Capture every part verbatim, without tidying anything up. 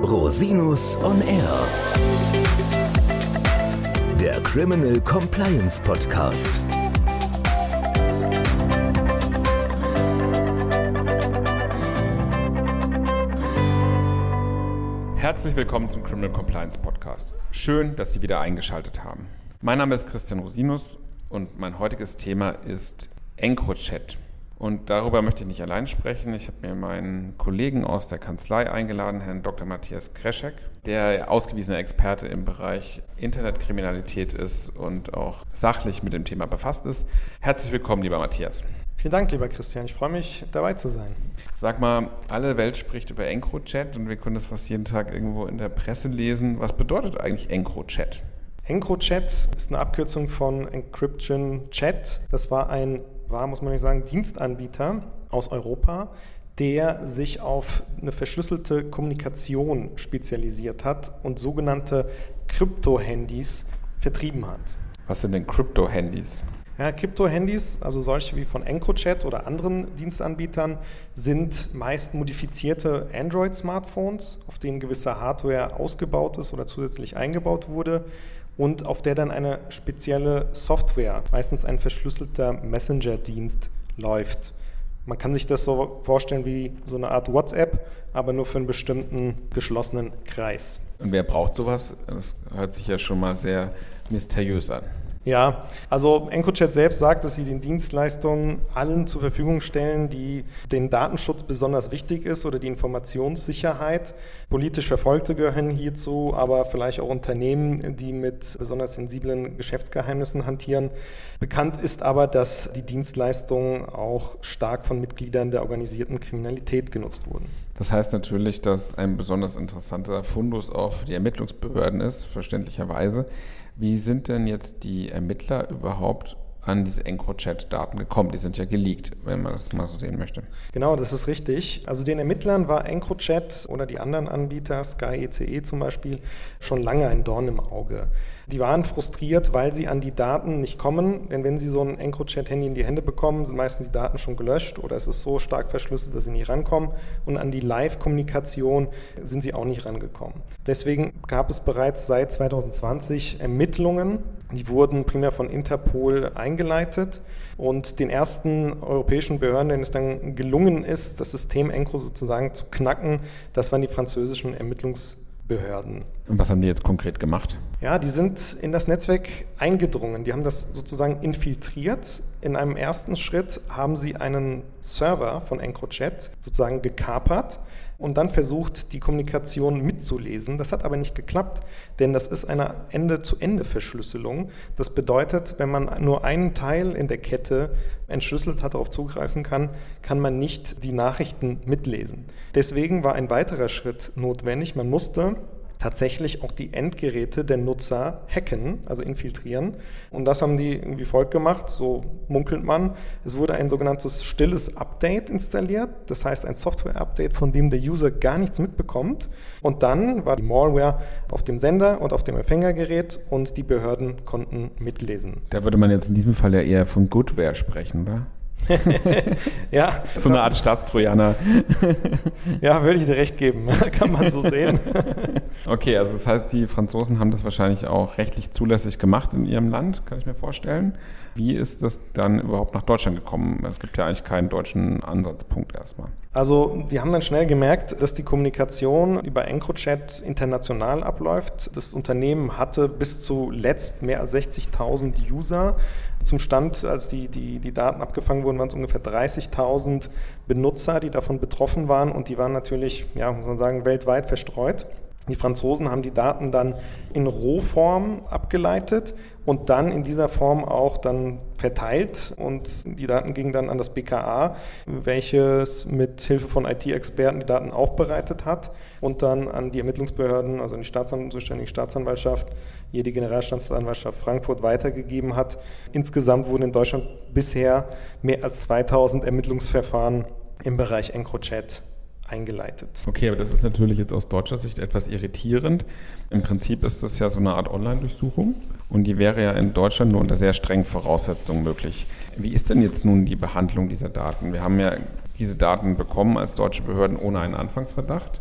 Rosinus on Air. Der Criminal Compliance Podcast. Herzlich willkommen zum Criminal Compliance Podcast. Schön, dass Sie wieder eingeschaltet haben. Mein Name ist Christian Rosinus und mein heutiges Thema ist EncroChat. Und darüber möchte ich nicht allein sprechen. Ich habe mir meinen Kollegen aus der Kanzlei eingeladen, Herrn Doktor Matthias Kreschek, der ausgewiesener Experte im Bereich Internetkriminalität ist und auch sachlich mit dem Thema befasst ist. Herzlich willkommen, lieber Matthias. Vielen Dank, lieber Christian. Ich freue mich, dabei zu sein. Sag mal, alle Welt spricht über EncroChat und wir können das fast jeden Tag irgendwo in der Presse lesen. Was bedeutet eigentlich EncroChat? EncroChat ist eine Abkürzung von Encryption Chat. Das war ein, war, muss man nicht sagen, Dienstanbieter aus Europa, der sich auf eine verschlüsselte Kommunikation spezialisiert hat und sogenannte Krypto-Handys vertrieben hat. Was sind denn Krypto-Handys? Ja, Krypto-Handys, also solche wie von EncroChat oder anderen Dienstanbietern, sind meist modifizierte Android-Smartphones, auf denen gewisse Hardware ausgebaut ist oder zusätzlich eingebaut wurde und auf der dann eine spezielle Software, meistens ein verschlüsselter Messenger-Dienst, läuft. Man kann sich das so vorstellen wie so eine Art WhatsApp, aber nur für einen bestimmten geschlossenen Kreis. Und wer braucht sowas? Das hört sich ja schon mal sehr mysteriös an. Ja, also EncroChat selbst sagt, dass sie den Dienstleistungen allen zur Verfügung stellen, die den Datenschutz besonders wichtig ist oder die Informationssicherheit. Politisch Verfolgte gehören hierzu, aber vielleicht auch Unternehmen, die mit besonders sensiblen Geschäftsgeheimnissen hantieren. Bekannt ist aber, dass die Dienstleistungen auch stark von Mitgliedern der organisierten Kriminalität genutzt wurden. Das heißt natürlich, dass ein besonders interessanter Fundus auch für die Ermittlungsbehörden ist, verständlicherweise. Wie sind denn jetzt die Ermittler überhaupt an diese EncroChat-Daten gekommen? Die sind ja geleakt, wenn man das mal so sehen möchte. Genau, das ist richtig. Also den Ermittlern war EncroChat oder die anderen Anbieter, Sky E C E zum Beispiel, schon lange ein Dorn im Auge. Die waren frustriert, weil sie an die Daten nicht kommen, denn wenn sie so ein EncroChat-Handy in die Hände bekommen, sind meistens die Daten schon gelöscht oder es ist so stark verschlüsselt, dass sie nicht rankommen und an die Live-Kommunikation sind sie auch nicht rangekommen. Deswegen gab es bereits seit zwanzig zwanzig Ermittlungen, die wurden primär von Interpol eingeleitet und den ersten europäischen Behörden, denen es dann gelungen ist, das System Encro sozusagen zu knacken, das waren die französischen Ermittlungsbehörden. Und was haben die jetzt konkret gemacht? Ja, die sind in das Netzwerk eingedrungen. Die haben das sozusagen infiltriert. In einem ersten Schritt haben sie einen Server von EncroChat sozusagen gekapert und dann versucht, die Kommunikation mitzulesen. Das hat aber nicht geklappt, denn das ist eine Ende-zu-Ende-Verschlüsselung. Das bedeutet, wenn man nur einen Teil in der Kette entschlüsselt hat, darauf zugreifen kann, kann man nicht die Nachrichten mitlesen. Deswegen war ein weiterer Schritt notwendig. Man musste tatsächlich auch die Endgeräte der Nutzer hacken, also infiltrieren. Und das haben die wie folgt gemacht, so munkelt man. Es wurde ein sogenanntes stilles Update installiert, das heißt ein Software-Update, von dem der User gar nichts mitbekommt. Und dann war die Malware auf dem Sender und auf dem Empfängergerät und die Behörden konnten mitlesen. Da würde man jetzt in diesem Fall ja eher von Goodware sprechen, oder? Ja. So eine Art Staatstrojaner. Ja, würde ich dir recht geben. Kann man so sehen. Okay, also das heißt, die Franzosen haben das wahrscheinlich auch rechtlich zulässig gemacht in ihrem Land, kann ich mir vorstellen. Wie ist das dann überhaupt nach Deutschland gekommen? Es gibt ja eigentlich keinen deutschen Ansatzpunkt erstmal. Also die haben dann schnell gemerkt, dass die Kommunikation über EncroChat international abläuft. Das Unternehmen hatte bis zuletzt mehr als sechzigtausend User. Zum Stand, als die, die, die Daten abgefangen wurden, waren es ungefähr dreißigtausend Benutzer, die davon betroffen waren. Und die waren natürlich, ja, muss man sagen, weltweit verstreut. Die Franzosen haben die Daten dann in Rohform abgeleitet und dann in dieser Form auch dann verteilt und die Daten gingen dann an das B K A, welches mit Hilfe von I T-Experten die Daten aufbereitet hat und dann an die Ermittlungsbehörden, also an die Staatsan- zuständige Staatsanwaltschaft, hier die Generalstaatsanwaltschaft Frankfurt weitergegeben hat. Insgesamt wurden in Deutschland bisher mehr als zweitausend Ermittlungsverfahren im Bereich EncroChat eingeleitet. Okay, aber das ist natürlich jetzt aus deutscher Sicht etwas irritierend. Im Prinzip ist das ja so eine Art Online-Durchsuchung und die wäre ja in Deutschland nur unter sehr strengen Voraussetzungen möglich. Wie ist denn jetzt nun die Behandlung dieser Daten? Wir haben ja diese Daten bekommen als deutsche Behörden ohne einen Anfangsverdacht.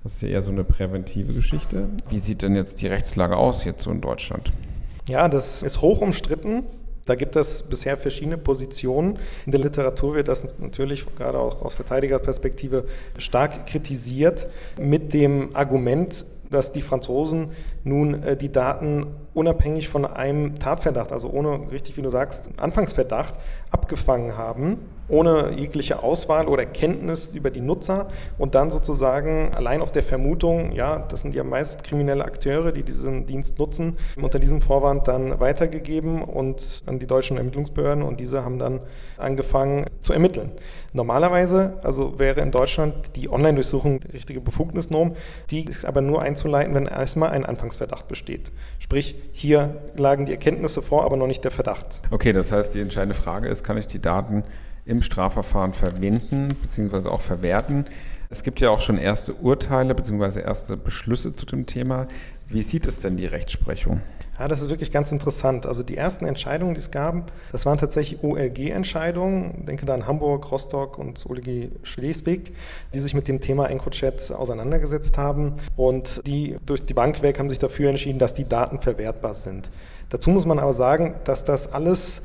Das ist ja eher so eine präventive Geschichte. Wie sieht denn jetzt die Rechtslage aus jetzt so in Deutschland? Ja, das ist hoch umstritten. Da gibt es bisher verschiedene Positionen. In der Literatur wird das natürlich gerade auch aus Verteidigerperspektive stark kritisiert mit dem Argument, dass die Franzosen nun äh, die Daten unabhängig von einem Tatverdacht, also ohne, richtig wie du sagst, Anfangsverdacht, abgefangen haben, ohne jegliche Auswahl oder Kenntnis über die Nutzer und dann sozusagen allein auf der Vermutung, ja, das sind ja meist kriminelle Akteure, die diesen Dienst nutzen, unter diesem Vorwand dann weitergegeben und an die deutschen Ermittlungsbehörden und diese haben dann angefangen zu ermitteln. Normalerweise, also wäre in Deutschland die Online-Durchsuchung die richtige Befugnisnorm, die ist aber nur einzuleiten, wenn erstmal ein Anfangsverdacht besteht. Sprich, hier lagen die Erkenntnisse vor, aber noch nicht der Verdacht. Okay, das heißt, die entscheidende Frage ist, kann ich die Daten im Strafverfahren verwenden bzw. auch verwerten? Es gibt ja auch schon erste Urteile bzw. erste Beschlüsse zu dem Thema. Wie sieht es denn die Rechtsprechung? Ja, das ist wirklich ganz interessant. Also die ersten Entscheidungen, die es gab, das waren tatsächlich O L G-Entscheidungen. Ich denke da an Hamburg, Rostock und O L G Schleswig, die sich mit dem Thema EncroChat auseinandergesetzt haben. Und die durch die Bank weg haben sich dafür entschieden, dass die Daten verwertbar sind. Dazu muss man aber sagen, dass das alles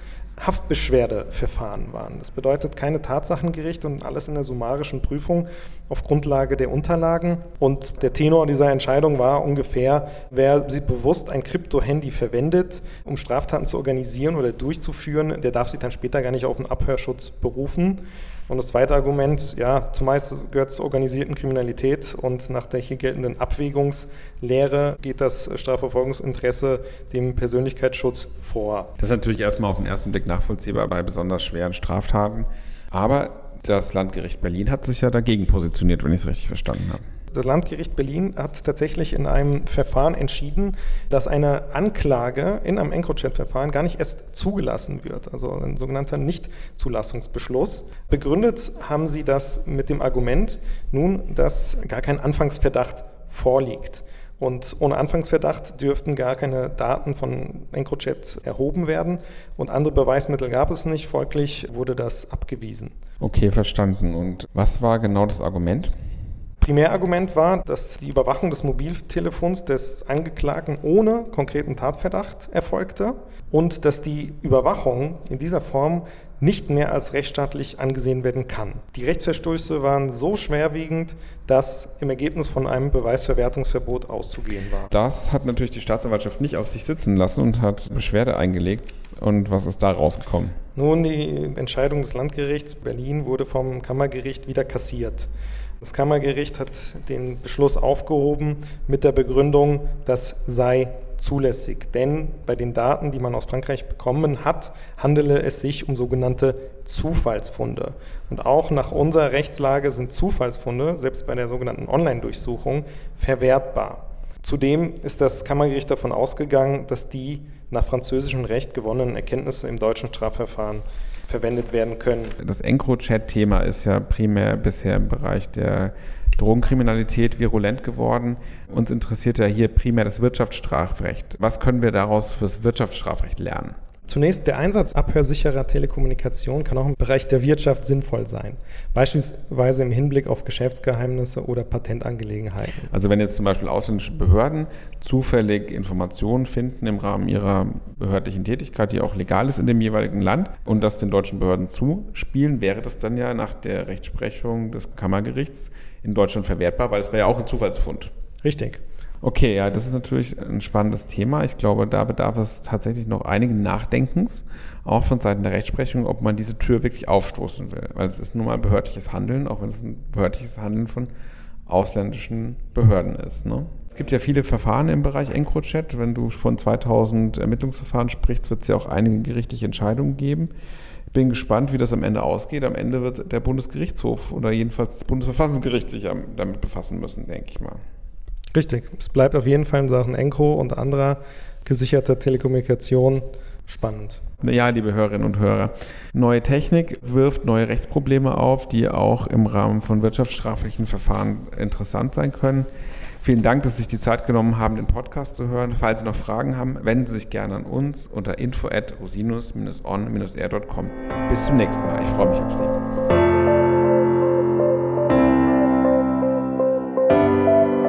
Haftbeschwerdeverfahren waren. Das bedeutet keine Tatsachengericht und alles in der summarischen Prüfung auf Grundlage der Unterlagen. Und der Tenor dieser Entscheidung war ungefähr, wer sich bewusst ein Krypto-Handy verwendet, um Straftaten zu organisieren oder durchzuführen, der darf sich dann später gar nicht auf einen Abhörschutz berufen. Und das zweite Argument, ja, zumeist gehört es zur organisierten Kriminalität und nach der hier geltenden Abwägungslehre geht das Strafverfolgungsinteresse dem Persönlichkeitsschutz vor. Das ist natürlich erstmal auf den ersten Blick nachvollziehbar bei besonders schweren Straftaten. Aber das Landgericht Berlin hat sich ja dagegen positioniert, wenn ich es richtig verstanden habe. Das Landgericht Berlin hat tatsächlich in einem Verfahren entschieden, dass eine Anklage in einem EncroChat-Verfahren gar nicht erst zugelassen wird, also ein sogenannter Nichtzulassungsbeschluss. Begründet haben sie das mit dem Argument, nun, dass gar kein Anfangsverdacht vorliegt. Und ohne Anfangsverdacht dürften gar keine Daten von EncroChat erhoben werden. Und andere Beweismittel gab es nicht, folglich wurde das abgewiesen. Okay, verstanden. Und was war genau das Argument? Primärargument war, dass die Überwachung des Mobiltelefons des Angeklagten ohne konkreten Tatverdacht erfolgte und dass die Überwachung in dieser Form nicht mehr als rechtsstaatlich angesehen werden kann. Die Rechtsverstöße waren so schwerwiegend, dass im Ergebnis von einem Beweisverwertungsverbot auszugehen war. Das hat natürlich die Staatsanwaltschaft nicht auf sich sitzen lassen und hat Beschwerde eingelegt. Und was ist da rausgekommen? Nun, die Entscheidung des Landgerichts Berlin wurde vom Kammergericht wieder kassiert. Das Kammergericht hat den Beschluss aufgehoben mit der Begründung, das sei zulässig. Denn bei den Daten, die man aus Frankreich bekommen hat, handele es sich um sogenannte Zufallsfunde. Und auch nach unserer Rechtslage sind Zufallsfunde, selbst bei der sogenannten Online-Durchsuchung, verwertbar. Zudem ist das Kammergericht davon ausgegangen, dass die nach französischem Recht gewonnenen Erkenntnisse im deutschen Strafverfahren verwendet werden können. Das EncroChat-Thema ist ja primär bisher im Bereich der Drogenkriminalität virulent geworden. Uns interessiert ja hier primär das Wirtschaftsstrafrecht. Was können wir daraus fürs Wirtschaftsstrafrecht lernen? Zunächst, der Einsatz abhörsicherer Telekommunikation kann auch im Bereich der Wirtschaft sinnvoll sein, beispielsweise im Hinblick auf Geschäftsgeheimnisse oder Patentangelegenheiten. Also wenn jetzt zum Beispiel ausländische Behörden zufällig Informationen finden im Rahmen ihrer behördlichen Tätigkeit, die auch legal ist in dem jeweiligen Land und das den deutschen Behörden zuspielen, wäre das dann ja nach der Rechtsprechung des Kammergerichts in Deutschland verwertbar, weil es wäre ja auch ein Zufallsfund. Richtig. Okay, ja, das ist natürlich ein spannendes Thema. Ich glaube, da bedarf es tatsächlich noch einigen Nachdenkens, auch von Seiten der Rechtsprechung, ob man diese Tür wirklich aufstoßen will. Weil es ist nun mal behördliches Handeln, auch wenn es ein behördliches Handeln von ausländischen Behörden ist. Ne? Es gibt ja viele Verfahren im Bereich EncroChat. Wenn du von zweitausend Ermittlungsverfahren sprichst, wird es ja auch einige gerichtliche Entscheidungen geben. Ich bin gespannt, wie das am Ende ausgeht. Am Ende wird der Bundesgerichtshof oder jedenfalls das Bundesverfassungsgericht sich damit befassen müssen, denke ich mal. Richtig. Es bleibt auf jeden Fall in Sachen Encro und anderer gesicherter Telekommunikation spannend. Ja, liebe Hörerinnen und Hörer, neue Technik wirft neue Rechtsprobleme auf, die auch im Rahmen von wirtschaftsstrafrechtlichen Verfahren interessant sein können. Vielen Dank, dass Sie sich die Zeit genommen haben, den Podcast zu hören. Falls Sie noch Fragen haben, wenden Sie sich gerne an uns unter info at rosinus dash on dash air dot com. Bis zum nächsten Mal. Ich freue mich auf Sie.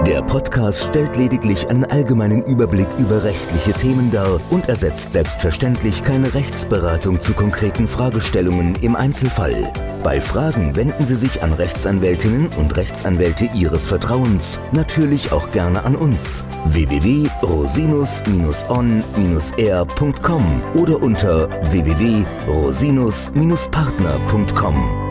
Der Podcast stellt lediglich einen allgemeinen Überblick über rechtliche Themen dar und ersetzt selbstverständlich keine Rechtsberatung zu konkreten Fragestellungen im Einzelfall. Bei Fragen wenden Sie sich an Rechtsanwältinnen und Rechtsanwälte Ihres Vertrauens, natürlich auch gerne an uns. w w w punkt rosinus on air punkt com oder unter w w w punkt rosinus partner punkt com.